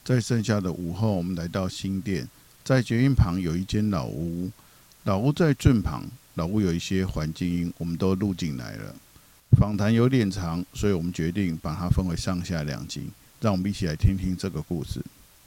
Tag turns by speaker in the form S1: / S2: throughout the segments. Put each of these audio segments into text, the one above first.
S1: 在剩下的午后，我们来到新店，在捷运旁有一间老屋，老屋在圳旁，老屋有一些环境音，我们都录进来了。访谈有点长，所以我们决定把它分为上下两集，让我们一起来听听这个故事。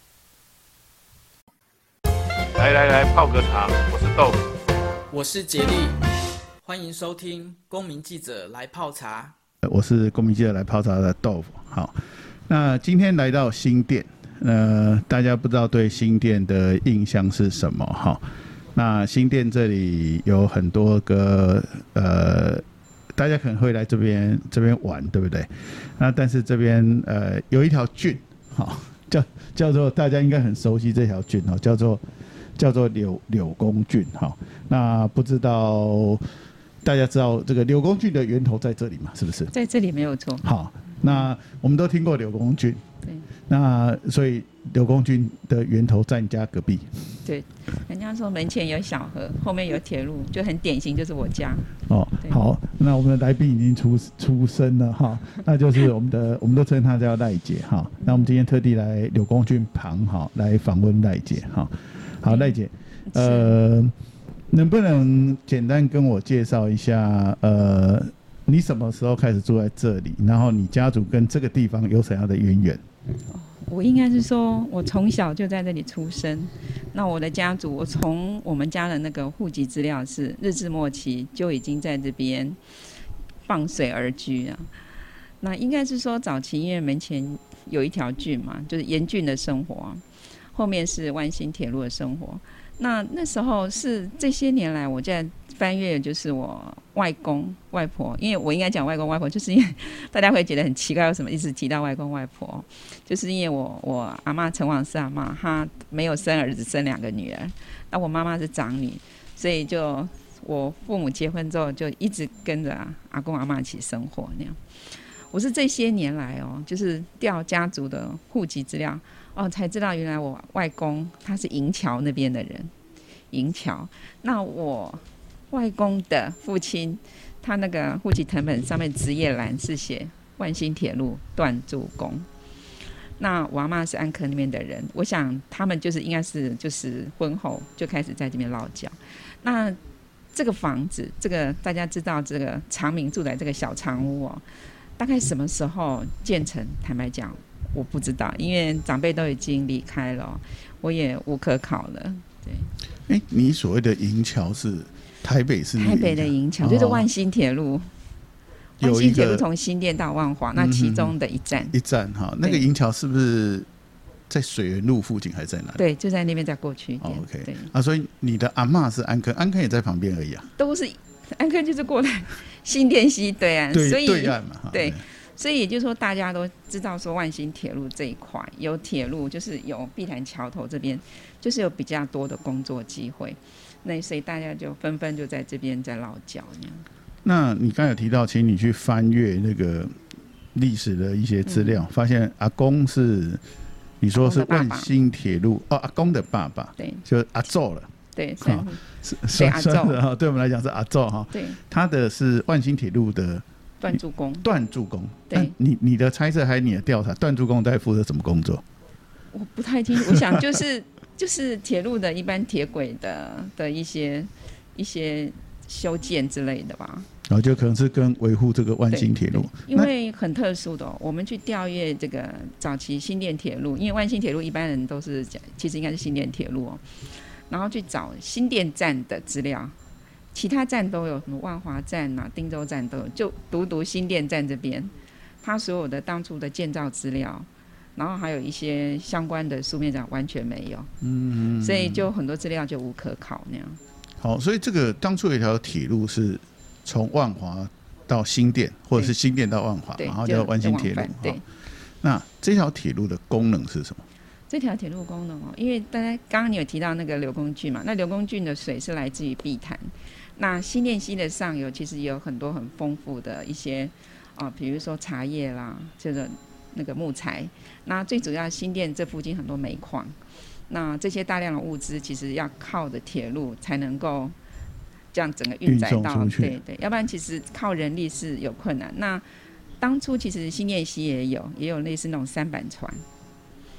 S2: 来，泡个茶，我是豆腐，
S3: 我是杰力，欢迎收听公民记者来泡茶。
S1: 我是公民记者来泡茶的豆腐。好，那今天来到新店，大家不知道对新店的印象是什么？哈，那新店这里有很多个大家可能会来这边玩，对不对？那但是这边有一条郡，好，叫做大家应该很熟悉这条郡，叫做柳公郡。好，那不知道大家知道这个柳公郡的源头在这里吗？是不是？
S4: 在这里没有错。
S1: 好，那我们都听过柳公郡，
S4: 对。
S1: 那所以柳公郡的源头在你家隔壁。
S4: 对，人家说门前有小河，后面有铁路，就很典型，就是我家。
S1: 哦，好，那我们的来宾已经出生了哈，那就是我们都称他叫赖姐哈。那我们今天特地来柳公郡旁哈来访问赖姐哈。好，赖姐，能不能简单跟我介绍一下你什么时候开始住在这里？然后你家族跟这个地方有什么样的渊源？
S4: 我应该是说，我从小就在这里出生。那我的家族，我从我们家的那个户籍资料是日治末期就已经在这边傍水而居啊。那应该是说，早期因为门前有一条郡嘛，就是沿郡的生活，后面是万新铁路的生活。那时候是这些年来，我在翻阅，就是我外公外婆，因为我应该讲外公外婆，就是因为大家会觉得很奇怪，为什么一直提到外公外婆，就是因为我阿嬷陈王氏阿嬷，她没有生儿子，生2个女儿，那我妈妈是长女，所以就我父母结婚之后，就一直跟着阿公阿嬷一起生活那样。我是这些年来就是调家族的户籍资料才知道原来我外公他是银桥那边的人，银桥。那我外公的父亲，他那个户籍誊本上面职业栏是写万新铁路段柱工。那我阿嬷是安科那边的人，我想他们应该是就是婚后就开始在这边落脚。那这个房子，这个大家知道，这个常民住在这个小长屋大概什么时候建成？坦白讲，我不知道，因为长辈都已经离开了，我也无可考了。对，
S1: 你所谓的银桥是台北市？
S4: 台北的银桥就是万新铁路。万新铁路从新店到万华，那其中的一站。
S1: 一站哈，那个银桥是不是在水源路附近，还是在哪里？
S4: 对，就在那边，再过去一点。
S1: OK，
S4: 对
S1: 所以你的阿嬷是安科，安科也在旁边而已啊。
S4: 都是安科，就是过来新店西对岸，所以
S1: 对岸嘛。
S4: 对，所以也就是说，大家都知道说万新铁路这一块有铁路，就是有碧潭桥头这边，就是有比较多的工作机会。那所以大家就纷纷就在这边在落脚那样。
S1: 那你刚才有提到，请你去翻阅那个历史的一些资料，发现阿公是你说是万新铁路阿公的爸爸，
S4: 对，
S1: 就阿祖了。
S4: 对，
S1: 是阿祖，对我们来讲是阿祖哈。
S4: 对，
S1: 他的是万新铁路的
S4: 段柱工。
S1: 段柱工，
S4: 对，
S1: 你的猜测还是你的调查，段柱工在负责什么工作？
S4: 我不太清楚，我想就是铁路的一般铁轨的一些修建之类的吧。
S1: 然后就可能是跟维护这个万新铁路，
S4: 因为很特殊的我们去调阅这个早期新店铁路，因为万新铁路一般人都是其实应该是新店铁路然后去找新店站的资料，其他站都有，什么万华站汀州站都有，就独新店站这边，它所有的当初的建造资料，然后还有一些相关的书面上完全没有，所以就很多资料就无可考那样。
S1: 好，所以这个当初有一条铁路是从万华到新店，或者是新店到万华，然后叫万新铁路。对，那这条铁路的功能是什么？
S4: 这条铁路功能因为大家刚刚你有提到那个柳公郡嘛，那柳公郡的水是来自于碧潭，那新店溪的上游其实也有很多很丰富的一些比如说茶叶啦，就是那个木材，那最主要新店这附近很多煤矿，那这些大量的物资其实要靠的铁路才能够这样整个运载到，对，要不然其实靠人力是有困难。那当初其实新店溪也有类似那种3板船，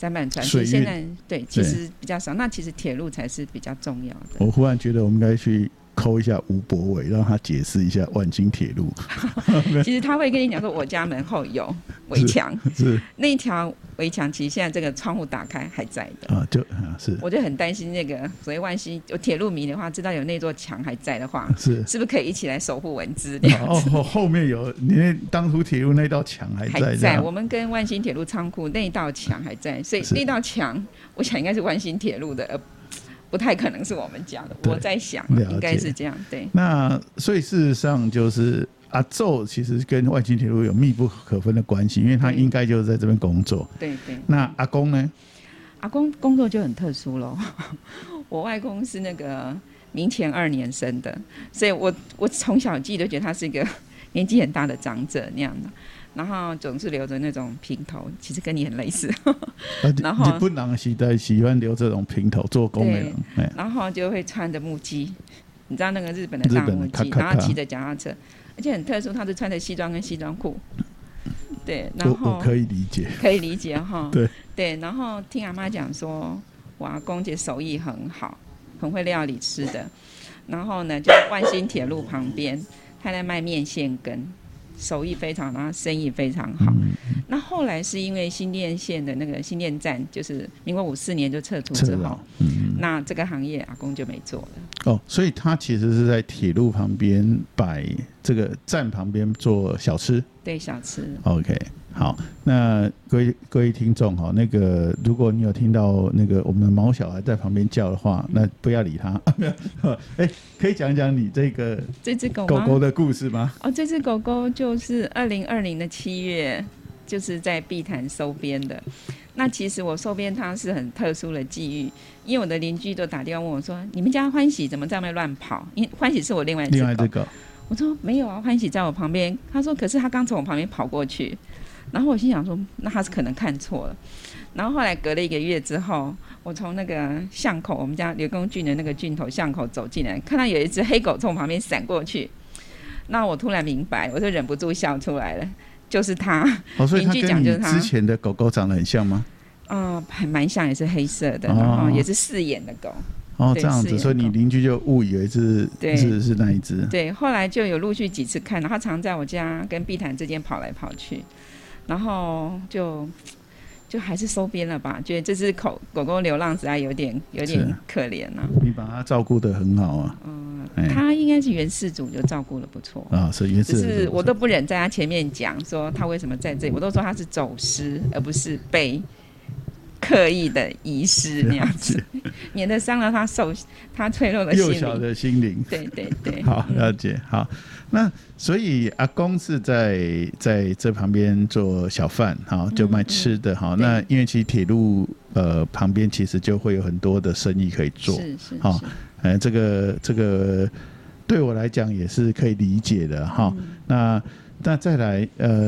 S4: 三板船，
S1: 水运
S4: 现在对其实比较少，那其实铁路才是比较重要的。
S1: 我忽然觉得我们应该去抠一下吴柏伟，让他解释一下万金铁路。
S4: 其实他会跟你讲说，我家门后有围墙，
S1: 是
S4: 那一条围墙，其实现在这个窗户打开还在的
S1: 啊，是。
S4: 我就很担心那个所谓万兴有铁路迷的话，知道有那座墙还在的话，是不是可以一起来守护文资？
S1: 后面有你当初铁路那道墙还在，
S4: 我们跟万兴铁路仓库那道墙还在，所以那道墙我想应该是万兴铁路的，不太可能是我们家的。我在想应该是这样。对，
S1: 那所以事实上就是阿宙其实跟万兴铁路有密不可分的关系，因为他应该就是在这边工作。
S4: 对。
S1: 那阿公呢？
S4: 阿公工作就很特殊咯。我外公是那个民前2年生的，所以我从小记得觉得他是一个年纪很大的长者那样的，然后总是留着那种平头，其实跟你很类似。然后
S1: 日本人的时代喜欢留这种平头做工的人，
S4: 然后就会穿着木屐，你知道那个日本的大木屐，然后骑着脚踏车，而且很特殊，他是穿着西装跟西装裤。对，然后
S1: 我可以理解，
S4: 哈。对，然后听阿妈讲说，我阿公姐手艺很好，很会料理吃的。然后呢，就万兴铁路旁边，他在卖面线羹，手艺非常，然后生意非常好。那后来是因为新店线的那个新店站，就是民国54年就撤除之后，那这个行业阿公就没做了。
S1: 所以他其实是在铁路旁边摆这个站旁边做小吃。
S4: 对，小吃。
S1: OK， 好，那各位听众哈，那个如果你有听到那个我们的毛小孩在旁边叫的话，那不要理他。可以讲讲你这只狗狗的故事吗？
S4: 这只狗狗就是2020的7月，就是在碧潭收编的。那其实我收编它是很特殊的际遇，因为我的邻居都打电话问我说：“你们家欢喜怎么在外面乱跑？”因为欢喜是我另外一只狗。我说没有啊，欢喜在我旁边。他说可是他刚从我旁边跑过去。然后我心想说那他是可能看错了。然后后来隔了1个月之后，我从那个巷口，我们家刘公郡的那个郡头巷口走进来，看到有一只黑狗从我旁边闪过去。那我突然明白，我就忍不住笑出来了，就是他。
S1: 所以他跟你之前的狗狗长得很像吗？
S4: 还蛮像，也是黑色的，然后也是4眼的狗。
S1: 这样子，所以你邻居就误以为是那一只。
S4: 对，后来就有陆续几次看到它，常在我家跟碧潭之间跑来跑去，然后就还是收编了吧，觉得这只狗狗流浪实在有点可怜啊。
S1: 你把它照顾得很好啊。
S4: 它应该是原事主就照顾得不错啊，
S1: 是原事主。
S4: 只是我都不忍在它前面讲说它为什么在这里，我都说它是走失，而不是被刻意的遗失那样子，免得伤了他脆弱的心灵，
S1: 幼小的心灵。
S4: 对。
S1: 好，了解。好，那所以阿公是在这旁边做小贩，好，就卖吃的。好，那因为其实铁路旁边其实就会有很多的生意可以做，
S4: 是。
S1: 好，这个对我来讲也是可以理解的哈。那再来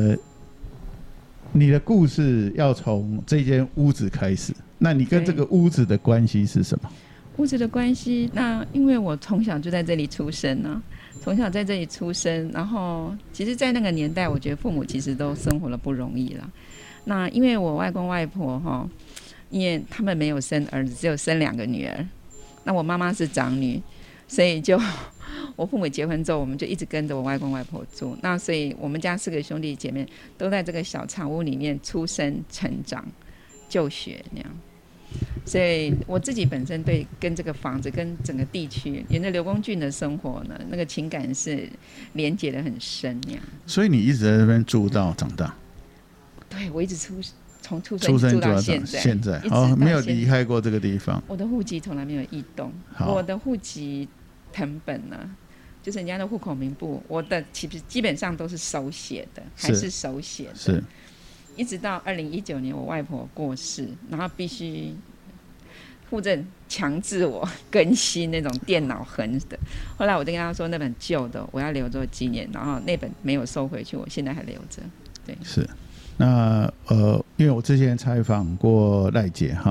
S1: 你的故事要从这间屋子开始，那你跟这个屋子的关系是什么？
S4: 屋子的关系，那因为我从小就在这里出生啊，然后其实在那个年代我觉得父母其实都生活了不容易了。那因为我外公外婆因为他们没有生儿子，只有生2个女儿，那我妈妈是长女，所以就我父母结婚之后，我们就一直跟着我外公外婆住。那所以我们家4个兄弟姐妹都在这个小长屋里面出生、成长、就学那样。所以我自己本身对跟这个房子、跟整个地区，沿着刘公郡的生活呢，那个情感是连结得很深那样。
S1: 所以你一直在这边住到长大？
S4: 对，我一直从出生住到现在，
S1: 没有离开过这个地方。
S4: 我的户籍从来没有异动，我的户籍誊本呢，就是人家的户口名簿，我的其实基本上都是手写的，还是手写的。
S1: 是。
S4: 一直到2019年我外婆过世，然后必须户政强制我更新那种电脑痕的。后来我就跟他说，那本旧的我要留作纪念，然后那本没有收回去，我现在还留着。对，
S1: 是。那因为我之前采访过赖姐哈，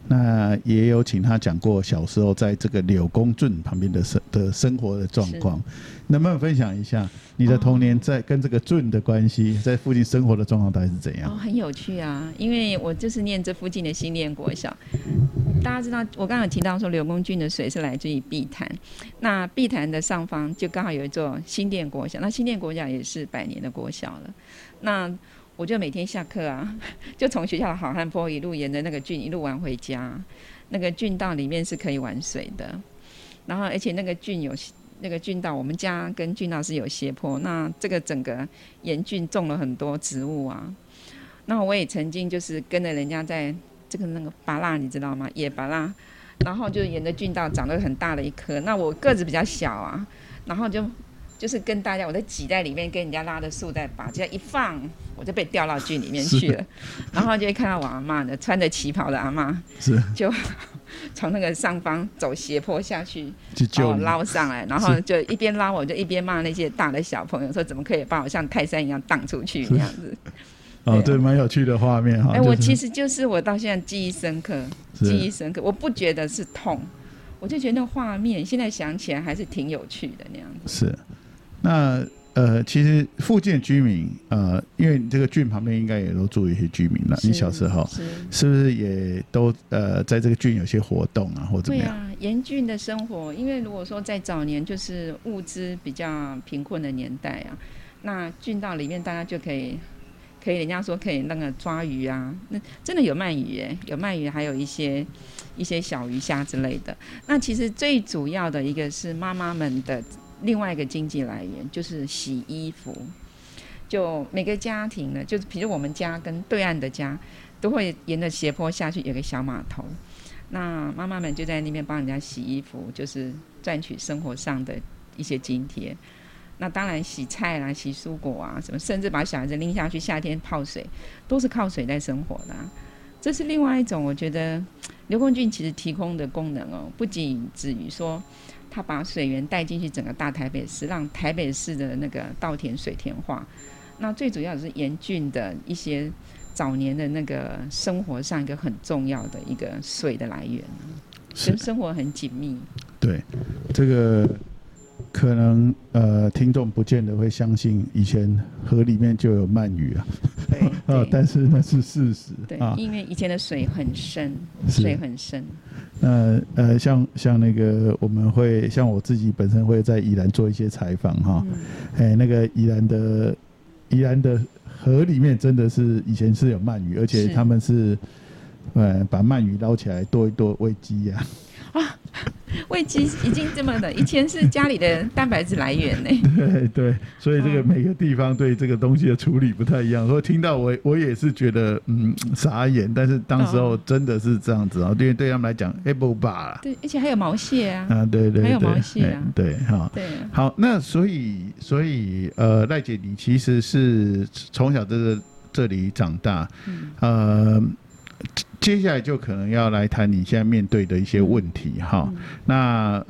S1: 那也有请他讲过小时候在这个柳公圳旁边的生活的状况，能不能分享一下你的童年在跟这个圳的关系，在附近生活的状况大概是怎样？
S4: 很有趣啊，因为我就是念这附近的新店国小。大家知道，我刚刚有提到说柳公圳的水是来自于碧潭，那碧潭的上方就刚好有一座新店国小，那新店国小也是100年的国小了。那我就每天下课啊，就从学校的好汉坡一路沿着那个圳一路玩回家。那个圳道里面是可以玩水的，然后而且那个圳道，我们家跟圳道是有斜坡，那这个整个沿圳种了很多植物啊。那我也曾经就是跟着人家在这个那个芭乐，你知道吗？野芭乐，然后就沿着圳道长得很大的一棵。那我个子比较小啊，然后就是跟大家，我在挤在里面跟人家拉的束带，把这样一放，我就被掉到圳里面去了。然后就会看到我阿嬷的穿着旗袍的阿嬷，就从那个上方走斜坡下去，
S1: 去救你，
S4: 捞上来，然后就一边捞我，就一边骂那些大的小朋友，说怎么可以把我像泰山一样荡出去那样子。
S1: 这蛮有趣的画面哈。
S4: 我其实就是我到现在记忆深刻，我不觉得是痛，我就觉得那画面现在想起来还是挺有趣的那样子。
S1: 是，那其实附近的居民因为你这个圳旁边应该也都住一些居民了，你小时候是不是也都在这个圳有些活动啊，或怎么样？
S4: 对啊，沿圳的生活，因为如果说在早年就是物资比较贫困的年代啊，那圳道里面大家就可以人家说可以那个抓鱼啊，那真的有鳗鱼耶，有鳗鱼，还有一些小鱼虾之类的。那其实最主要的一个是妈妈们的另外一个经济来源，就是洗衣服。就每个家庭呢，就是比如我们家跟对岸的家都会沿着斜坡下去有个小码头，那妈妈们就在那边帮人家洗衣服，就是赚取生活上的一些津贴。那当然洗菜啦、洗蔬果啊什么，甚至把小孩子拎下去夏天泡水，都是靠水在生活的这是另外一种我觉得柳公圳其实提供的功能不仅止于说他把水源带进去整个大台北市，让台北市的那个稻田水田化。那最主要的是沿圳的一些早年的那个生活上一个很重要的一个水的来源，跟生活很紧密。
S1: 对，这个可能听众不见得会相信以前河里面就有鳗鱼啊，
S4: 对
S1: 但是那是事实。
S4: 对，因为以前的水很深，
S1: 像那个我们会像我自己本身会在宜兰做一些采访哈，那个宜兰的河里面真的是以前是有鳗鱼，而且他们是把鳗鱼捞起来剁一剁喂鸡呀。
S4: 喂鸡已经这么的，以前是家里的蛋白质来源呢。
S1: 对，所以这个每个地方对这个东西的处理不太一样。所以听到我也是觉得傻眼，但是当时候真的是这样子因为对他们来讲不罢啦。
S4: 对，而且还有毛蟹啊。
S1: 对，
S4: 还有毛蟹啊。
S1: 对，好，那所以赖姐你其实是从小在这里长大，接下来就可能要来谈你现在面对的一些问题哈。那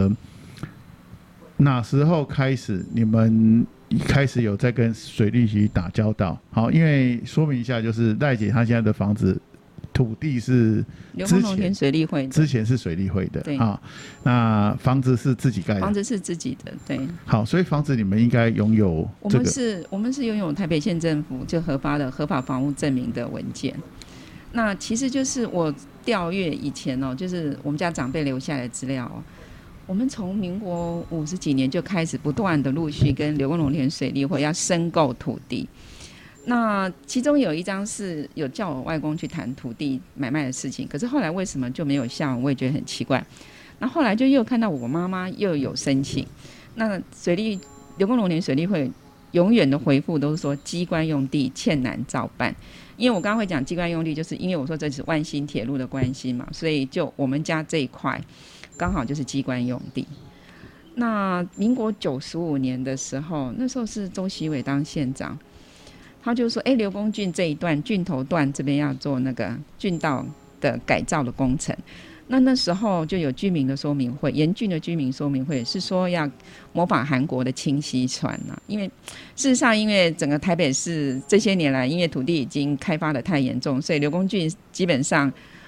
S1: 哪时候开始你们开始有在跟水利局打交道？好，因为说明一下，就是赖姐她现在的房子土地是
S4: 柳公农田水利会的，
S1: 之前是水利会的，
S4: 对
S1: 那房子是自己盖的，
S4: 房子是自己的，对。
S1: 好，所以房子你们应该拥有这个，
S4: 我们是拥有台北县政府就合法房屋证明的文件。那其实就是我调阅以前就是我们家长辈留下来的资料我们从民国50几年就开始不断的陆续跟柳公农田水利会要申购土地。那其中有一张是有叫我外公去谈土地买卖的事情，可是后来为什么就没有下文，我也觉得很奇怪。那后来就又看到我妈妈又有申请，那柳公农田水利会永远的回复都是说机关用地欠难照办。因为我刚刚会讲机关用地，就是因为我说这是万新铁路的关系嘛，所以就我们家这一块刚好就是机关用地。那民国95年的时候，那时候是周锡伟当县长，他就说柳公圳这一段圳头段这边要做那个圳道的改造的工程。那时候就有居民的说明会，沿圳的居民说明会是说要模仿韩国的清溪川因为事实上因为整个台北市这些年来因为土地已经开发的太严重，所以柳公圳基本上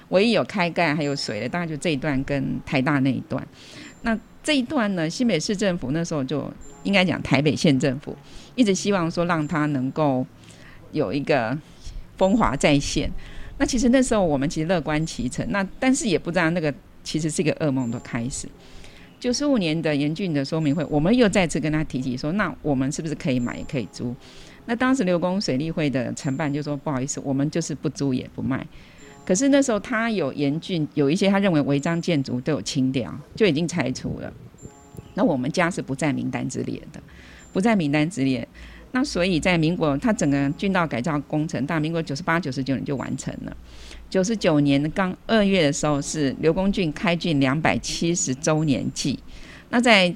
S4: 唯一有开盖还有水的大概就这一段跟台大那一段。那这一段呢，新北市政府那时候就应该讲台北县政府一直希望说让它能够有一个风华再现。那其实那时候我们其实乐观其成，那但是也不知道那个其实是一个噩梦的开始。95年的严峻的说明会，我们又再次跟他提起说，那我们是不是可以买也可以租？那当时刘公水利会的承办就说不好意思，我们就是不租也不卖。可是那时候他有严峻，有一些他认为违章建筑都有清掉，就已经拆除了。那我们家是不在名单之列的，不在名单之列。那所以在民国，他整个郡道改造工程，到民国98、99年就完成了。99年刚2月的时候是刘公郡开郡270周年祭。那在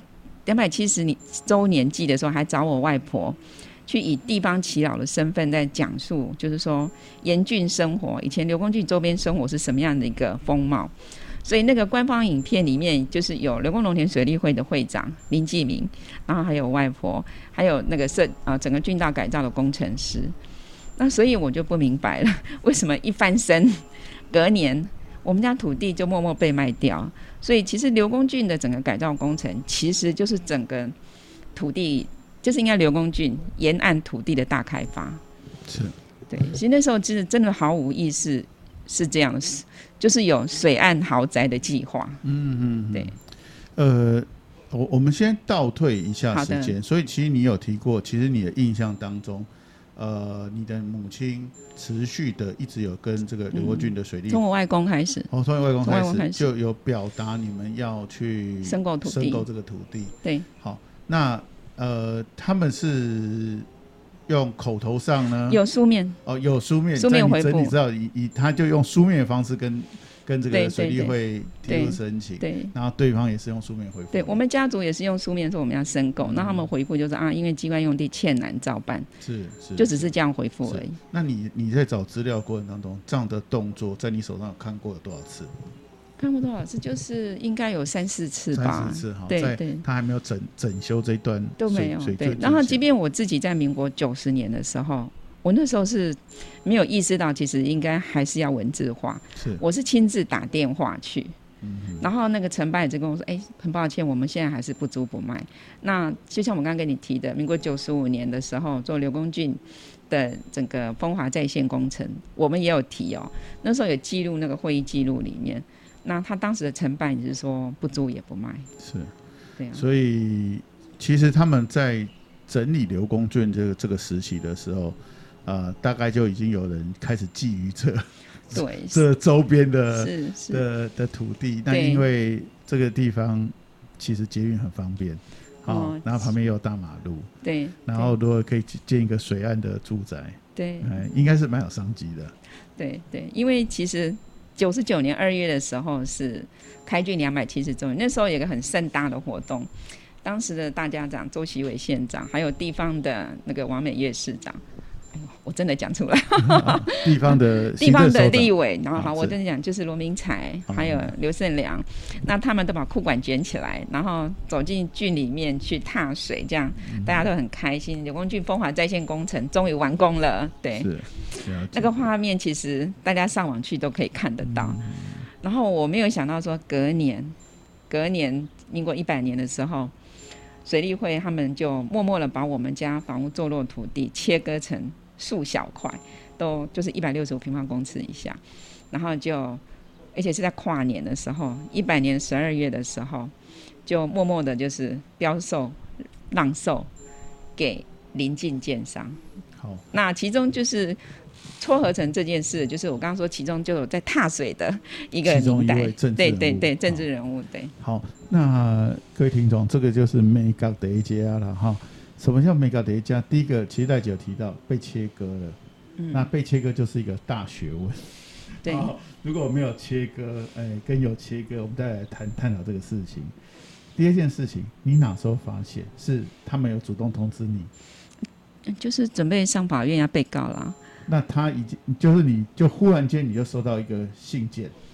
S4: 270周年祭的时候，还找我外婆去以地方耆老的身份在讲述，就是说严峻生活，以前刘公郡周边生活是什么样的一个风貌。所以那个官方影片里面就是有刘公农田水利会的会长林继明，然后还有外婆，还有那个整个郡道改造的工程师。那所以我就不明白了，为什么一翻身隔年我们家土地就默默被卖掉。所以其实刘公郡的整个改造工程其实就是整个土地，就是应该刘公郡沿岸土地的大开发。
S1: 是，
S4: 对，其实那时候真的毫无意识是这样的，就是有水岸豪宅的计划。对。
S1: 我们先倒退一下时间，所以其实你有提过，其实你的印象当中，你的母亲持续的一直有跟这个刘国郡的水利，
S4: 从我外公开始，
S1: 从你外公开始就有表达你们要去
S4: 申购
S1: 这个土地。
S4: 对，
S1: 好，那他们是用口头上呢？
S4: 有书面
S1: 有书面
S4: 回复，
S1: 你知道他就用书面的方式跟这个水利会提出申请，
S4: 对，
S1: 然后对方也是用书面回复。
S4: 对，我们家族也是用书面说我们要申购，那他们回复就是因为机关用地欠难照办，
S1: 是
S4: 就只是这样回复而已。
S1: 那你在找资料过程当中，这样的动作在你手上有看过有多少次？
S4: 看过多少次？就是应该有3-4次吧。
S1: 3-4次，
S4: 对，
S1: 他还没有整修这一段
S4: 都没有。对，然后即便我自己在民国90年的时候，我那时候是没有意识到，其实应该还是要文字化。我是亲自打电话去，然后那个承办也就跟我说：“很抱歉，我们现在还是不租不卖。”那就像我刚刚跟你提的，民国95年的时候做刘公郡的整个风华再现工程，我们也有提那时候有记录那个会议记录里面。那他当时的承办也是说不租也不卖。
S1: 是，
S4: 对啊。
S1: 所以其实他们在整理刘公郡这个时期的时候。大概就已经有人开始觊觎这周边的土地，那因为这个地方其实捷运很方便，然后旁边又有大马路，
S4: 对，
S1: 然后如果可以建一个水岸的住宅，
S4: 对，
S1: 应该是蛮有商机的。
S4: 对，因为其实99年2月的时候是开郡270周年，那时候有一个很盛大的活动，当时的大家长周锡伟县长，还有地方的那个王美月市长。我真的讲出来
S1: 地方的
S4: 立委，然后好，我真的讲就是罗明才还有刘胜良，那他们都把裤管卷起来，然后走进郡里面去踏水，这样大家都很开心。刘公郡风华再现工程终于完工了，对，那个画面其实大家上网去都可以看得到。然后我没有想到说隔年民国100年的时候，水利会他们就默默的把我们家房屋坐落土地切割成数小块，都就是165平方公尺以下，然后而且是在跨年的时候，100年12月的时候，就默默的就是标售让售给邻近建商。好，那其中就是撮合成这件事，就是我刚刚说其中就有在踏水的一个明代，对政治人物，对。
S1: 好，那各位听众，这个就是美角的一家了哈。什么叫美角的一家？第一个，其实大姐有提到被切割了，那被切割就是一个大学问。
S4: 对，
S1: 如果没有切割，跟有切割，我们再来探讨这个事情。第二件事情，你哪时候发现？是他们有主动通知你？
S4: 就是准备上法院要被告啦。
S1: 那他已经就是你就忽然间你就收到一个信件，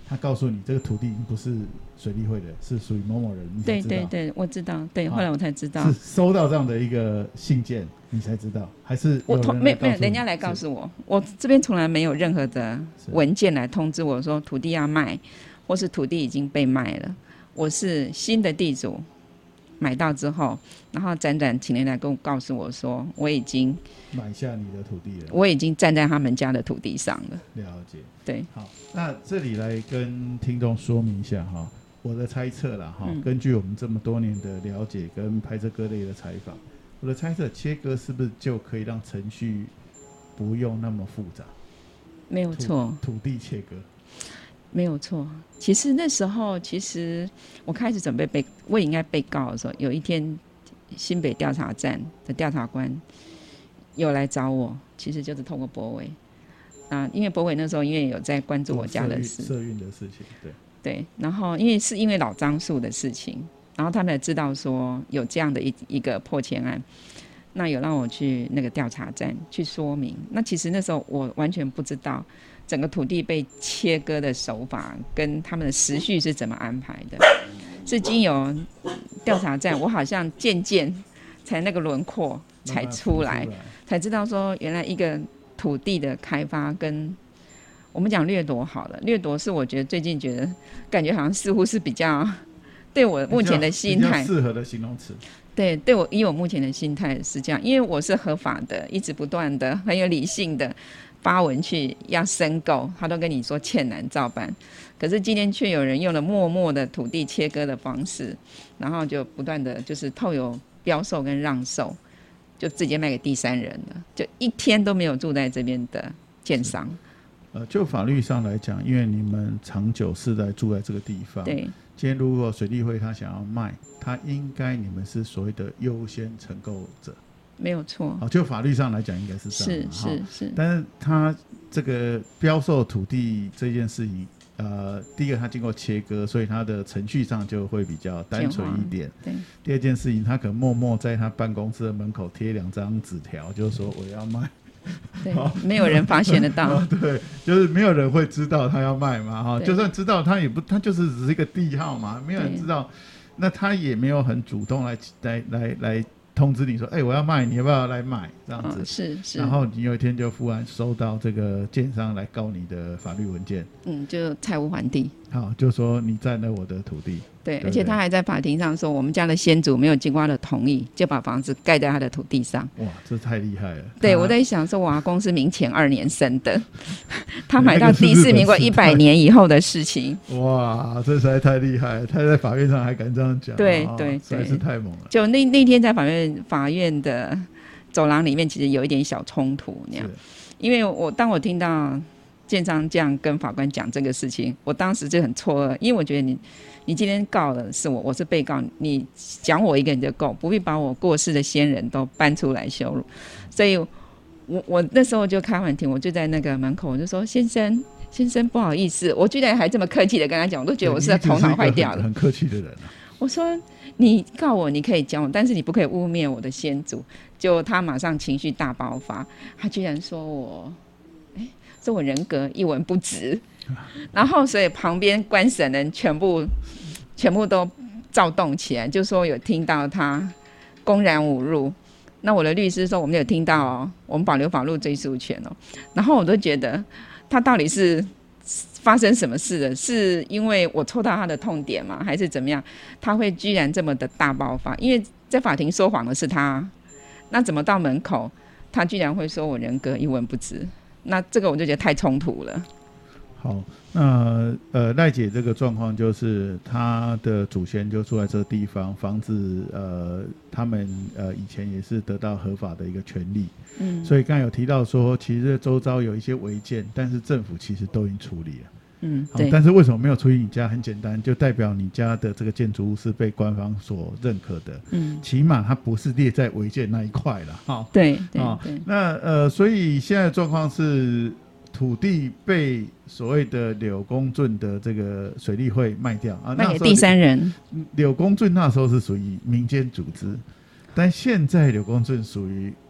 S1: 他告诉你这个土地已经不是水利会的，是属于某某人，你才知道。
S4: 对对对，我知道，对，后来我才知道，
S1: 是收到这样的一个信件，你才知道，还是
S4: 没有人家来告诉我，我这边从来没有任何的文件来通知我说土地要卖，或是土地已经被卖了。我是新的地主，买到之后，然后辗转请人来告诉我说，我已经
S1: 买下你的土地了，
S4: 我已经站在他们家的土地上了。
S1: 了解，
S4: 对，
S1: 好，那这里来跟听众说明一下哈，我的猜测啦哈，根据我们这么多年的了解跟拍摄各类的采访，我的猜测切割是不是就可以让程序不用那么复杂？
S4: 没有错，
S1: 土地切割。
S4: 没有错，其实那时候，我开始准备我也应该被告的时候，有一天新北调查站的调查官有来找我，其实就是透过博伟因为博伟那时候因为有在关注我家的事，
S1: 社运的事情，
S4: 对，然后因为老樟树的事情，然后他们才知道说有这样的一个破钱案，那有让我去那个调查站去说明。那其实那时候我完全不知道整个土地被切割的手法跟他们的时序是怎么安排的，是经由调查站，我好像渐渐才那个轮廓才出来，才知道说原来一个土地的开发跟我们讲掠夺好了，掠夺是我觉得最近觉得感觉好像似乎是比较对我目前的心态
S1: 比较适合的形容词。
S4: 对我以我目前的心态是这样，因为我是合法的，一直不断的很有理性的发文去要申购，他都跟你说欠难照办，可是今天却有人用了默默的土地切割的方式，然后就不断的就是透有标售跟让售，就直接卖给第三人了，就一天都没有住在这边的建商。
S1: 就法律上来讲，因为你们长久世代住在这个地方，
S4: 对，
S1: 今天如果水利会他想要卖，他应该你们是所谓的优先承购者，
S4: 没有错。
S1: 就法律上来讲应该是这样，
S4: 是。
S1: 但是他这个标售土地这件事情，第一个他经过切割，所以他的程序上就会比较单纯一点。
S4: 对。
S1: 第二件事情，他可能默默在他办公室的门口贴2张纸条，就是说我要卖。
S4: 对，没有人发现得到。
S1: 对，就是没有人会知道他要卖嘛，就算知道他也不，他就是只是一个地号嘛，没有人知道，那他也没有很主动来通知你说，我要卖，你要不要来买这样子？
S4: 是。
S1: 然后你有一天就忽然收到这个建商来告你的法律文件，
S4: 就债务还地。
S1: 好，就说你占了我的土地。
S4: 对，而且他还在法庭上说，我们家的先祖没有经过他的同意，就把房子盖在他的土地上。
S1: 哇，这太厉害了！
S4: 对，我在想说，我阿公是民前2年生的，他买到第4民国100年以后的事情。
S1: 哇，这实在太厉害了！他在法院上还敢这样讲，
S4: 对，
S1: 实在是太猛了。
S4: 就那天在法院的走廊里面，其实有一点小冲突那样，因为当我听到建商这样跟法官讲这个事情，我当时就很错愕，因为我觉得你今天告的是我是被告，你讲我一个人就够，不必把我过世的先人都搬出来羞辱。所以我那时候就开完庭，我就在那个门口，我就说先生不好意思，我居然还这么客气的跟他讲，我都觉得我是头脑坏掉了。
S1: 很客气的人
S4: 我说你告我，你可以讲我，但是你不可以污蔑我的先祖。就他马上情绪大爆发，他居然说我人格一文不值，然后所以旁边官审人全部都躁动起来，就说有听到他公然侮辱。那我的律师说我们有听到我们保留法律追诉权然后我都觉得他到底是发生什么事了？是因为我戳到他的痛点吗？还是怎么样？他会居然这么的大爆发？因为在法庭说谎的是他，那怎么到门口他居然会说我人格一文不值？那这个我就觉得太冲突了。
S1: 好，那赖姐这个状况就是她的祖先就住在这个地方，房子他们以前也是得到合法的一个权利，所以刚才有提到说，其实周遭有一些违建，但是政府其实都已经处理了。
S4: 对。
S1: 但是为什么没有处理你家？很简单，就代表你家的这个建筑物是被官方所认可的，起码它不是列在违建那一块了。
S4: 对。
S1: 那所以现在的状况是，土地被所谓的柳公圳的这个水利会卖掉
S4: 卖给第三人。
S1: 柳公圳那时候是属于民间组织，但现在柳公圳属于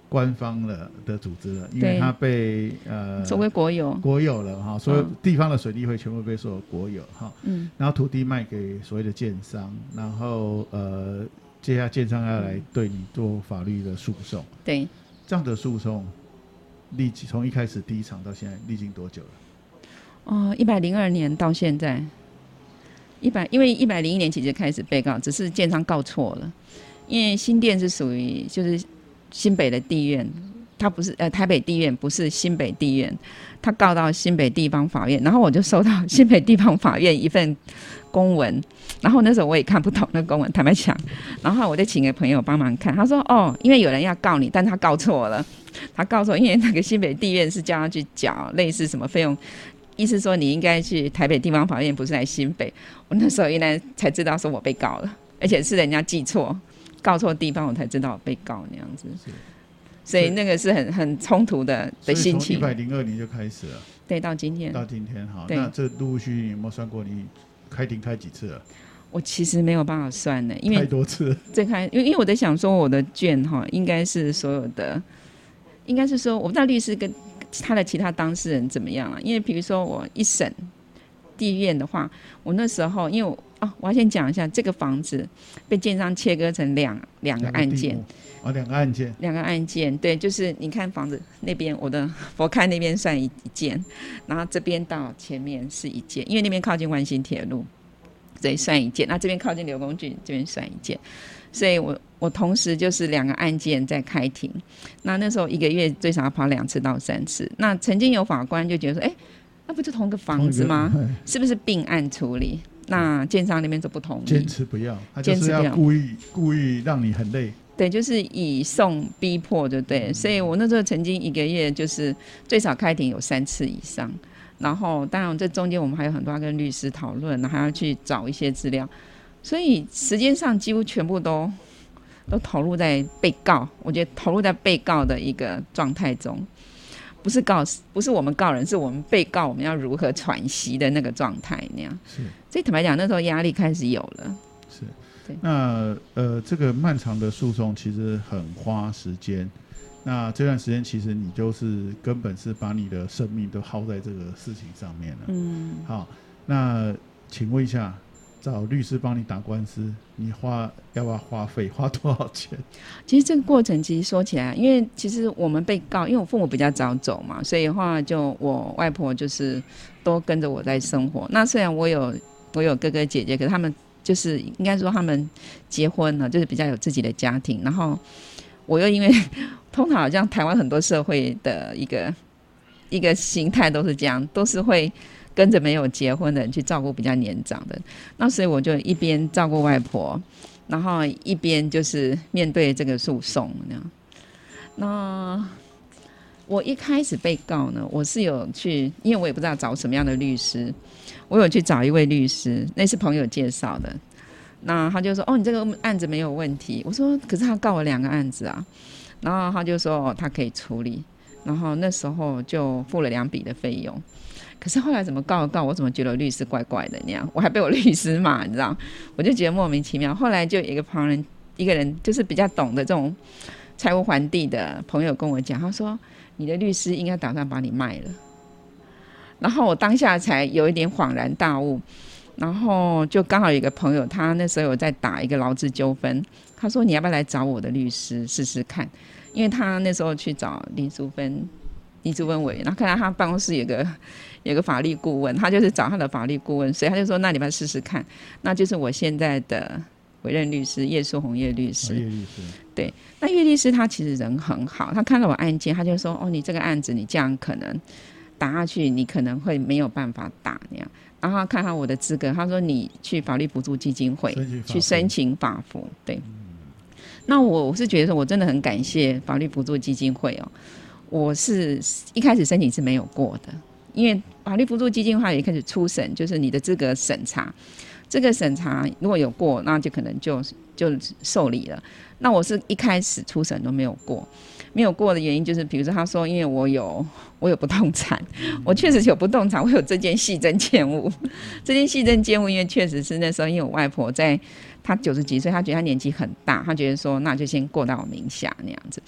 S1: 官方的组织了，因为它被
S4: 所谓国有
S1: 了哈，所有地方的水利会全部被所有国有哈，然后土地卖给所谓的建商，然后接下来建商要来对你做法律的诉讼，
S4: 对，
S1: 这样的诉讼从一开始第一场到现在历经多久了
S4: ？102年到现在，因为101年其实开始被告，只是建商告错了，因为新店是属于就是新北的地院，它不是台北地院，不是新北地院，他告到新北地方法院，然后我就收到新北地方法院一份公文，然后那时候我也看不懂那公文，坦白讲，然后我就请个朋友帮忙看，他说因为有人要告你，但他告错了，因为那个新北地院是叫他去缴类似什么费用，意思说你应该去台北地方法院，不是来新北。我那时候原来才知道说我被告了，而且是人家记错，告错地方，我才知道我被告那样子。所以那个是很冲突的心情。
S1: 从102年就开始了，
S4: 对，到今天
S1: 好，那这陆续你有没有算过你开庭开几次了？
S4: 我其实没有办法算呢，因为
S1: 太多次了。
S4: 因为我在想说我的卷应该是所有的，应该是说我不知道律师跟他的其他当事人怎么样了，因为比如说我一审地院的话，我那时候因为我要先讲一下，这个房子被建商切割成两个案件。两个案件，对，就是你看房子那边，我的佛龛那边算一件，然后这边到前面是一件，因为那边靠近万新铁路，所以算一件。那这边靠近刘公郡，这边算一件。所以我同时就是两个案件在开庭。那时候一个月最少要跑2次到3次。那曾经有法官就觉得说，那不就同个房子吗？是不是并案处理？那建商那边就不同意，
S1: 坚持不要，他就是要故意让你很累。
S4: 对，就是以送逼迫，就对。所以我那时候曾经一个月就是最少开庭有3次以上，然后当然这中间我们还有很多要跟律师讨论，还要去找一些资料，所以时间上几乎全部都投入在被告，我觉得投入在被告的一个状态中，不是我们告人，是我们被告，我们要如何喘息的那个状态那样。所以坦白讲，那时候压力开始有了。
S1: 那这个漫长的诉讼其实很花时间，那这段时间其实你就是根本是把你的生命都耗在这个事情上面了。好，那请问一下，找律师帮你打官司，你要不要花多少钱？
S4: 其实这个过程其实说起来，因为其实我们被告，因为我父母比较早走嘛，所以的话就我外婆就是都跟着我在生活。那虽然我有哥哥姐姐，可是他们就是应该说他们结婚了，就是比较有自己的家庭，然后我又因为通常好像台湾很多社会的一个形态都是这样，都是会跟着没有结婚的人去照顾比较年长的，那所以我就一边照顾外婆，然后一边就是面对这个诉讼那样。那我一开始被告呢，我是有去，因为我也不知道找什么样的律师，我有去找一位律师，那是朋友介绍的。那他就说你这个案子没有问题，我说可是他告我2个案子啊，然后他就说他可以处理，然后那时候就付了2笔的费用。可是后来怎么告我怎么觉得律师怪怪的那样，我还被我律师骂，你知道，我就觉得莫名其妙。后来就有一个人就是比较懂得这种财务还地的朋友跟我讲，他说你的律师应该打算把你卖了。然后我当下才有一点恍然大悟，然后就刚好有一个朋友，他那时候有在打一个劳资纠纷，他说你要不要来找我的律师试试看，因为他那时候去找林淑芬委员，然后看到他办公室有个法律顾问，他就是找他的法律顾问，所以他就说那你们试试看，那就是我现在的委任律师叶淑红叶律师。对，那叶律师他其实人很好，他看到我案件，他就说你这个案子你这样可能打下去，你可能会没有办法打那样。然后他看看我的资格，他说你去法律补助基金会去申请法扶。对，那我是觉得说我真的很感谢法律补助基金会我是一开始申请是没有过的，因为法律补助基金会也开始初审，就是你的资格审查，这个审查如果有过，那就可能就受理了。那我是一开始初审都没有过，没有过的原因就是比如说他说因为我有不动产，我确实有不动产，我有这件系政建物，这件系政建物因为确实是那时候因为我外婆她90几岁，她觉得她年纪很大，她觉得说那就先过到我名下那样子。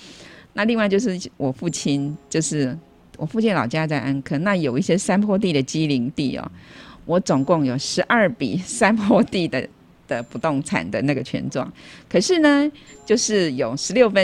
S4: 那另外就是我父亲老家在安坑，那有一些山坡地的畸零地哦，我总共有12笔山坡地的不动产的那个权状，可是呢，就是有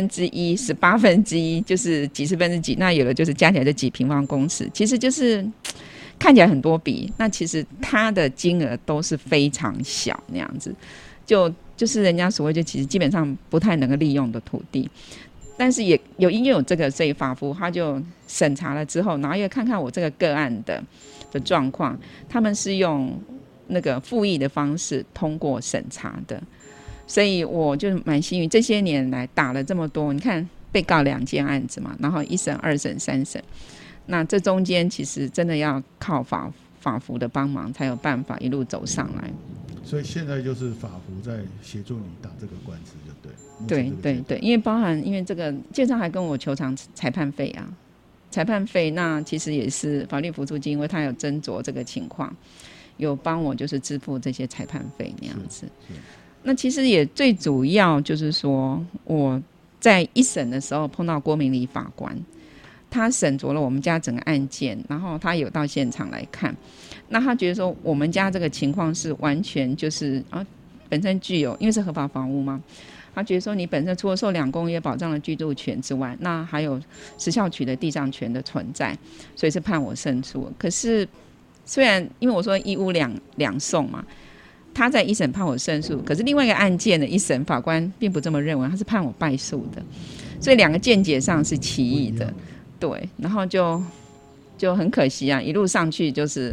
S4: 1/16、1/18，就是几十分之几，那有的就是加起来就几平方公尺，其实就是看起来很多笔，那其实它的金额都是非常小那样子，就是人家所谓就其实基本上不太能够利用的土地。但是也有因为有这个，所以法服他就审查了之后，然后又看看我这个个案的状况，他们是用那个复议的方式通过审查的，所以我就蛮幸运，这些年来打了这么多，你看被告2件案子嘛，然后1审、2审、3审，那这中间其实真的要靠法服的帮忙，才有办法一路走上来。
S1: 所以现在就是法服在协助你打这个官司，就对。
S4: 对，因为这个建商还跟我求偿裁判费啊，裁判费那其实也是法律辅助金，因为他有斟酌这个情况，有帮我就是支付这些裁判费那样子。那其实也最主要就是说，我在1审的时候碰到郭明礼法官，他审酌了我们家整个案件，然后他有到现场来看，那他觉得说我们家这个情况是完全就是本身具有，因为是合法房屋嘛，他觉得说你本身除了受2公约保障的居住权之外，那还有时效取得地上权的存在，所以是判我胜诉。可是虽然因为我说一屋两讼嘛，他在1审判我胜诉，可是另外一个案件的1审法官并不这么认为，他是判我败诉的，所以2个见解上是歧义的。对，然后就很可惜啊，一路上去就是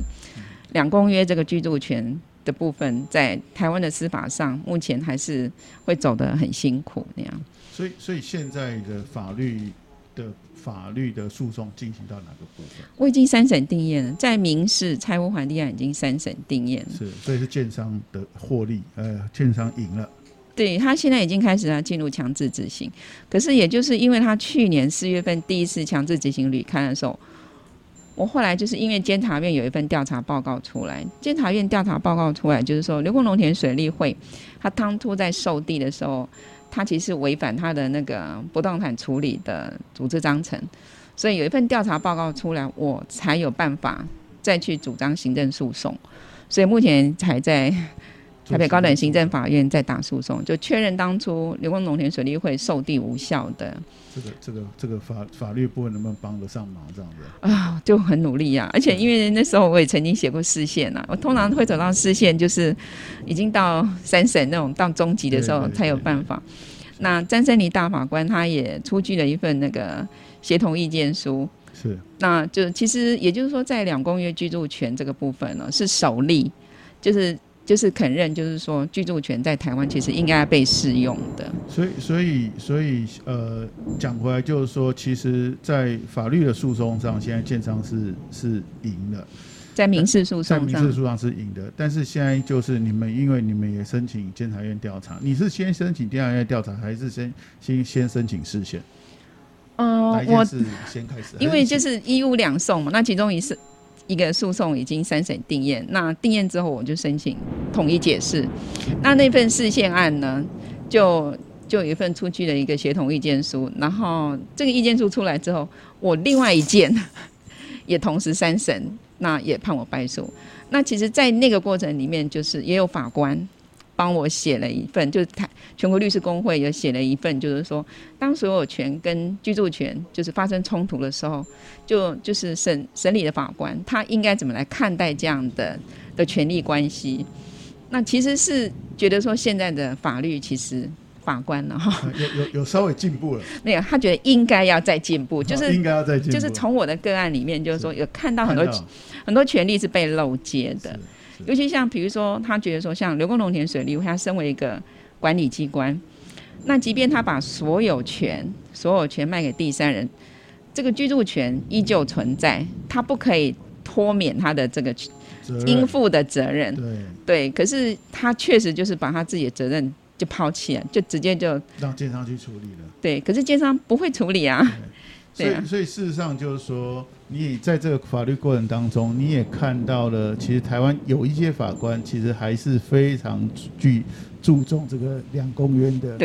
S4: 2公约这个居住权的部分，在台湾的司法上目前还是会走得很辛苦那样。
S1: 所以现在的法律的诉讼进行到哪个部分？
S4: 我已经3审定验了，在民事拆屋还地案已经3审定验了。
S1: 是，所以是建商的获利，建商赢了。
S4: 对，他现在已经开始进入强制执行，可是也就是因为他去年4月份第一次强制执行履勘的时候，我后来就是因为监察院有一份调查报告出来，监察院调查报告出来就是说，刘公农田水利会他当初在授地的时候，他其实违反他的那个不动产处理的组织章程，所以有一份调查报告出来，我才有办法再去主张行政诉讼，所以目前才在台北高等行政法院在打诉讼，就确认当初刘公农田水利会授地无效的。
S1: 这个法律部分能不能帮得上忙这样子
S4: 啊？就很努力啊，而且因为那时候我也曾经写过释宪啊，我通常会走到释宪，就是已经到3审那种到终极的时候才有办法。那詹森尼大法官他也出具了一份那个协同意见书，
S1: 是，那
S4: 就其实也就是说，在2公约居住权这个部分呢，是首例，就是肯认，就是说居住权在台湾其实应该被适用的。
S1: 所以讲回来就是说，其实，在法律的诉讼上，现在建商是赢了，
S4: 在民事诉讼
S1: 上是赢的，但是现在就是因为你们也申请监察院调查，你是先申请监察院调查，还是先申请释宪？我是先开始，
S4: 因为就是一屋2讼嘛，那其中一个诉讼已经3审定验，那定验之后我就申请统一解释。那份释宪案呢，就有一份出具的一个协同意见书，然后这个意见书出来之后，我另外一件也同时3审，那也判我败诉。那其实在那个过程里面，就是也有法官帮我写了一份，就是全国律师公会也写了一份，就是说当所有权跟居住权就是发生冲突的时候，就是审理的法官他应该怎么来看待这样的权利关系。那其实是觉得说现在的法律其实法官呢
S1: 有稍微进步了，
S4: 没有，他觉得应该要再进步，就是
S1: 应该要再进步，
S4: 就是从我的个案里面就是说有看到很多权利是被漏接的。尤其像比如说他觉得说像刘公农田水利会，他身为一个管理机关，那即便他把所有权卖给第三人，这个居住权依旧存在，他不可以脱免他的这个应负的责任。对，可是他确实就是把他自己的责任就抛弃了，就直接就
S1: 让建商去处理了。
S4: 对，可是建商不会处理啊。
S1: 所以事实上就是说，你也在这个法律过程当中，你也看到了，其实台湾有一些法官其实还是非常注重这个2公约的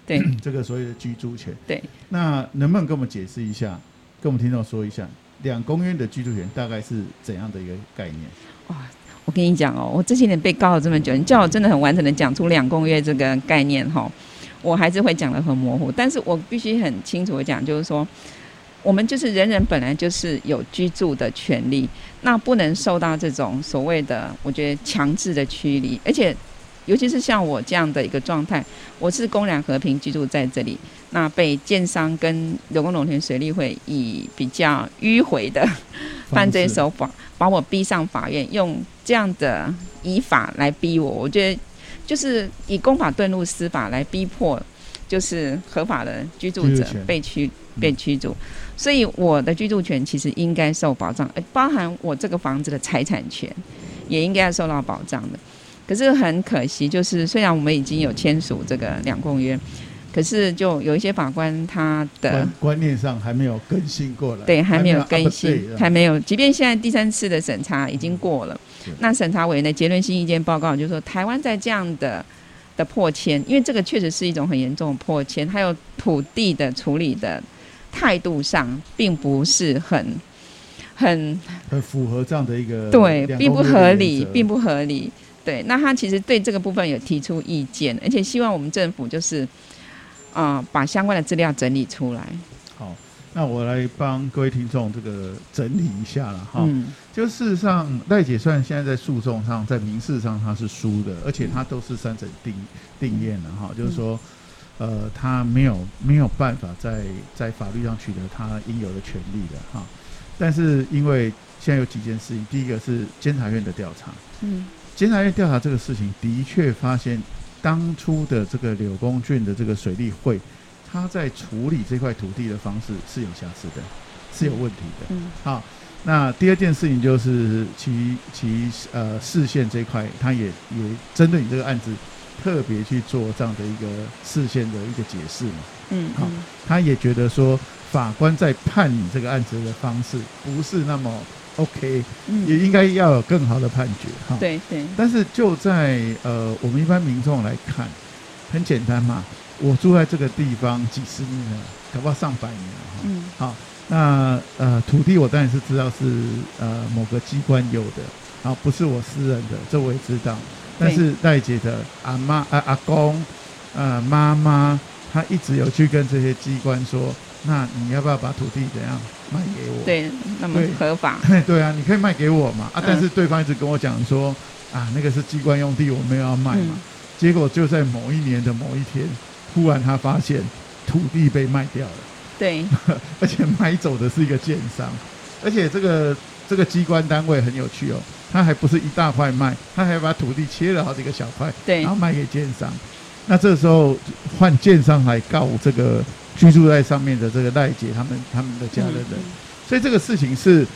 S4: 对
S1: 这个所谓的居住权。
S4: 对，
S1: 那能不能跟我们解释一下，跟我们听众说一下2公约的居住权大概是怎样的一个概念？
S4: 哇，我跟你讲哦，我这些年被告了这么久，你叫我真的很完整的讲出2公约这个概念哈，我还是会讲得很模糊，但是我必须很清楚的讲，就是说我们就是人人本来就是有居住的权利，那不能受到这种所谓的我觉得强制的驱离，而且尤其是像我这样的一个状态，我是公然和平居住在这里，那被建商跟柳工农田水利会以比较迂回的犯罪手法把我逼上法院，用这样的以法来逼我，我觉得就是以公法遁入私法来逼迫就是合法的居住者被驱逐，所以我的居住权其实应该受保障，包含我这个房子的财产权也应该要受到保障的。可是很可惜，就是虽然我们已经有签署这个2公约，可是就有一些法官他的
S1: 观念上还没有更新过来，
S4: 对，还没有更新，还没有。即便现在第3次的审查已经过了，那审查委员的结论性意见报告就是说，台湾在这样的迫迁，因为这个确实是一种很严重的迫迁，还有土地的处理的态度上，并不是很
S1: 符合这样的一个
S4: 对，并不合理，并不合理。对，那他其实对这个部分有提出意见，而且希望我们政府就是把相关的资料整理出来。
S1: 好，那我来帮各位听众这个整理一下了哈。就事实上，赖姐虽然现在在诉讼上，在民事上她是输的，而且她都是3审定验了哈，就是说，她没有办法在法律上取得她应有的权利的哈。但是因为现在有几件事情，第一个是监察院的调查，监察院调查这个事情的确发现，当初的这个柳公郡的这个水利会，他在处理这块土地的方式是有瑕疵的，是有问题的。好，那第二件事情就是其市县这一块，他也针对你这个案子特别去做这样的一个市县的一个解释嘛。好，他也觉得说法官在判你这个案子的方式不是那么OK，也应该要有更好的判决哈。
S4: 对对。但
S1: 是就在我们一般民众来看，很简单嘛，我住在这个地方几十年了，搞不好上百年了哈。好，那土地我当然是知道是某个机关有的，好，不是我私人的，这我也知道。但是赖姐的阿公妈妈，他一直有去跟这些机关说，那你要不要把土地怎样卖给我？
S4: 对，那么合法。
S1: 对啊，你可以卖给我嘛。但是对方一直跟我讲说，那个是机关用地，我没有要卖嘛。结果就在某一年的某一天，忽然他发现土地被卖掉了。
S4: 对，
S1: 而且买走的是一个建商，而且这个机关单位很有趣哦，他还不是一大块卖，他还把土地切了好几个小块，
S4: 对，
S1: 然后卖给建商。那这时候换建商来告这个居住在上面的这个赖姐他们的家的人，所以这个事情是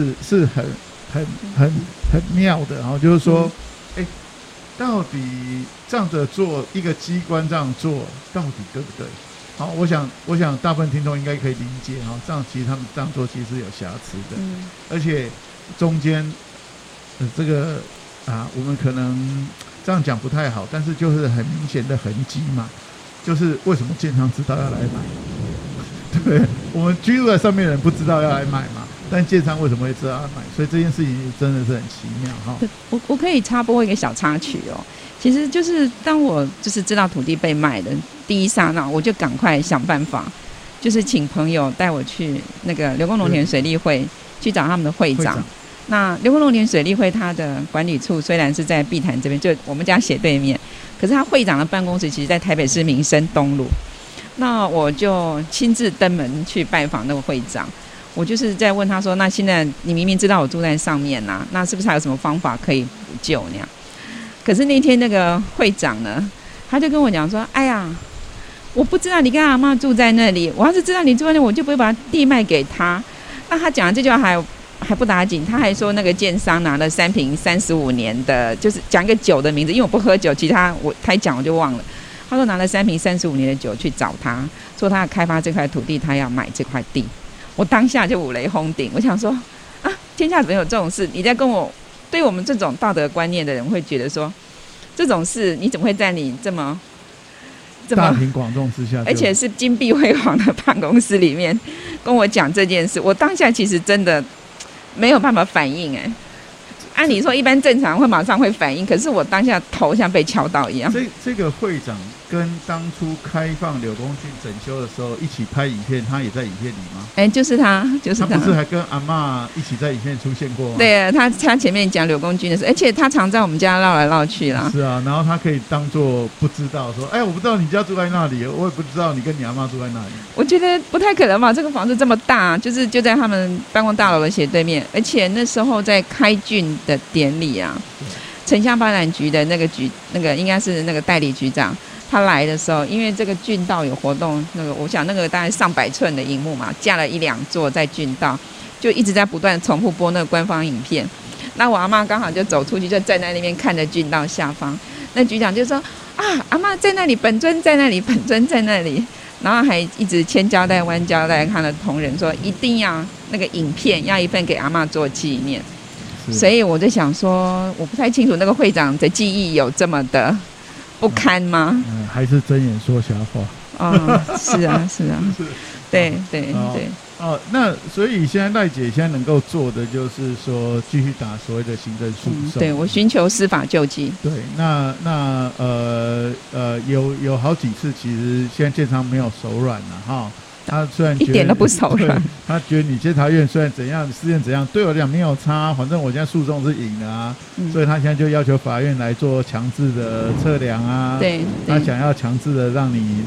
S1: 很妙的。然后就是说，到底这样的做一个机关这样做到底对不对？好，我想大部分听众应该可以理解哈，这样其实他们这样做其实是有瑕疵的，而且中间这个我们可能这样讲不太好，但是就是很明显的痕迹嘛，就是为什么建商知道要来买？对，我们居住在上面的人不知道要来买嘛，但建商为什么会知道要买？所以这件事情真的是很奇妙哈。
S4: 我可以插播一个小插曲哦。其实就是当我就是知道土地被卖的第一刹那，我就赶快想办法，就是请朋友带我去那个柳工农田水利会去找他们的会长。那柳工农田水利会它的管理处虽然是在碧潭这边，就我们家斜对面，可是他会长的办公室其实在台北市民生东路。那我就亲自登门去拜访那个会长，我就是在问他说，那现在你明明知道我住在上面啊，那是不是还有什么方法可以补救那样？可是那天那个会长呢，他就跟我讲说，哎呀，我不知道你跟阿嬷住在那里，我要是知道你住在那里，我就不会把地卖给他。那他讲的这句话还不打紧，他还说那个建商拿了3瓶35年的，就是讲一个酒的名字，因为我不喝酒，其他他一讲我就忘了。他说拿了3瓶35年的酒去找他，说他要开发这块土地，他要买这块地。我当下就五雷轰顶，我想说天下怎么有这种事？你在跟我？对我们这种道德观念的人会觉得说，这种事你怎么会在你这么
S1: 大庭广众之下，
S4: 而且是金碧辉煌的办公室里面跟我讲这件事，我当下其实真的没有办法反应按理说一般正常会马上会反应，可是我当下头像被敲到一样。
S1: 这个会长跟当初开放柳公郡整修的时候一起拍影片，他也在影片里吗？
S4: 就是他。他
S1: 不是还跟阿嬷一起在影片出现过吗？
S4: 对啊，他前面讲柳公郡的时候，而且他常在我们家绕来绕去啦。
S1: 是啊，然后他可以当作不知道说，我不知道你家住在那里，我也不知道你跟你阿嬷住在那里。
S4: 我觉得不太可能吧，这个房子这么大，就在他们办公大楼的斜对面，而且那时候在开郡的典礼啊，城乡发展局的那个应该是那个代理局长，他来的时候，因为这个郡道有活动，我想那个大概上百寸的荧幕嘛，架了1-2座在郡道，就一直在不断重复播那个官方影片。那我阿嬷刚好就走出去，就站在那边看着郡道下方，那局长就说阿嬷在那里，本尊在那里，本尊在那里。然后还一直千交代万交代他的同仁说，一定要那个影片要一份给阿嬷做纪念。所以我在想说，我不太清楚那个会长的记忆有这么的不堪吗？
S1: 还是睁眼说瞎话？
S4: 是啊，对。
S1: 那所以现在赖姐现在能够做的就是说，继续打所谓的行政诉讼。对，
S4: 我寻求司法救济。
S1: 对，那有好几次，其实现在建商没有手软了哈。他虽然觉得
S4: 一点都不手软，
S1: 他觉得你监察院虽然怎样，事件怎样，对我来讲没有差，反正我现在诉讼是赢的啊，所以他现在就要求法院来做强制的测量啊，
S4: 对，
S1: 他想要强制的让你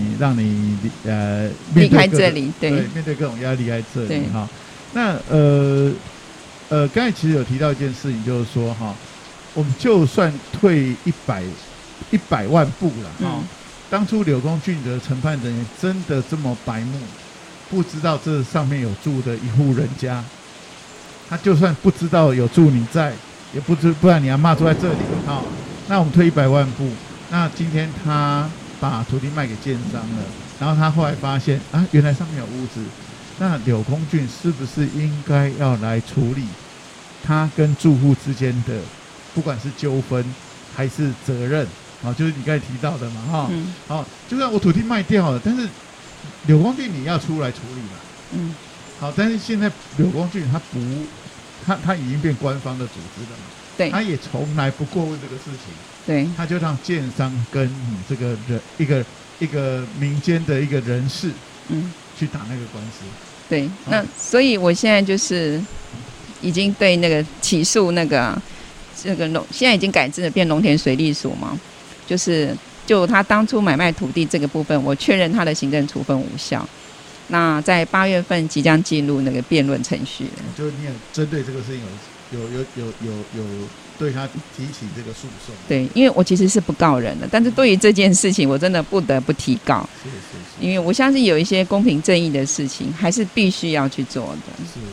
S4: 离开这里，对，
S1: 面对各种压力在这里哈。那刚才其实有提到一件事情，就是说哈，我们就算退100万步了哈。当初柳公郡的承办人员真的这么白目，不知道这上面有住的一户人家，他就算不知道有住你在，也不然你阿嬷住在这里那我们退100万步，那今天他把土地卖给建商了，然后他后来发现原来上面有屋子，那柳公郡是不是应该要来处理他跟住户之间的不管是纠纷还是责任？就是你刚才提到的嘛，就算我土地卖掉了，但是柳公郡你要出来处理嘛，好，但是现在柳公郡他已经变官方的组织了嘛，
S4: 对，
S1: 他也从来不过问这个事情，
S4: 对，
S1: 他就让建商跟你这个人一个民间的一个人士，去打那个官司，对，
S4: 那所以我现在就是已经对那个起诉那个现在已经改制了变农田水利署嘛。就他当初买卖土地这个部分，我确认他的行政处分无效。那在8月份即将进入那个辩论程序。
S1: 就是你也针对这个事情有对他提起这个诉讼。
S4: 对，因为我其实是不告人的，但是对于这件事情，我真的不得不提告。
S1: 是。
S4: 因为我相信有一些公平正义的事情，还是必须要去做的。
S1: 是。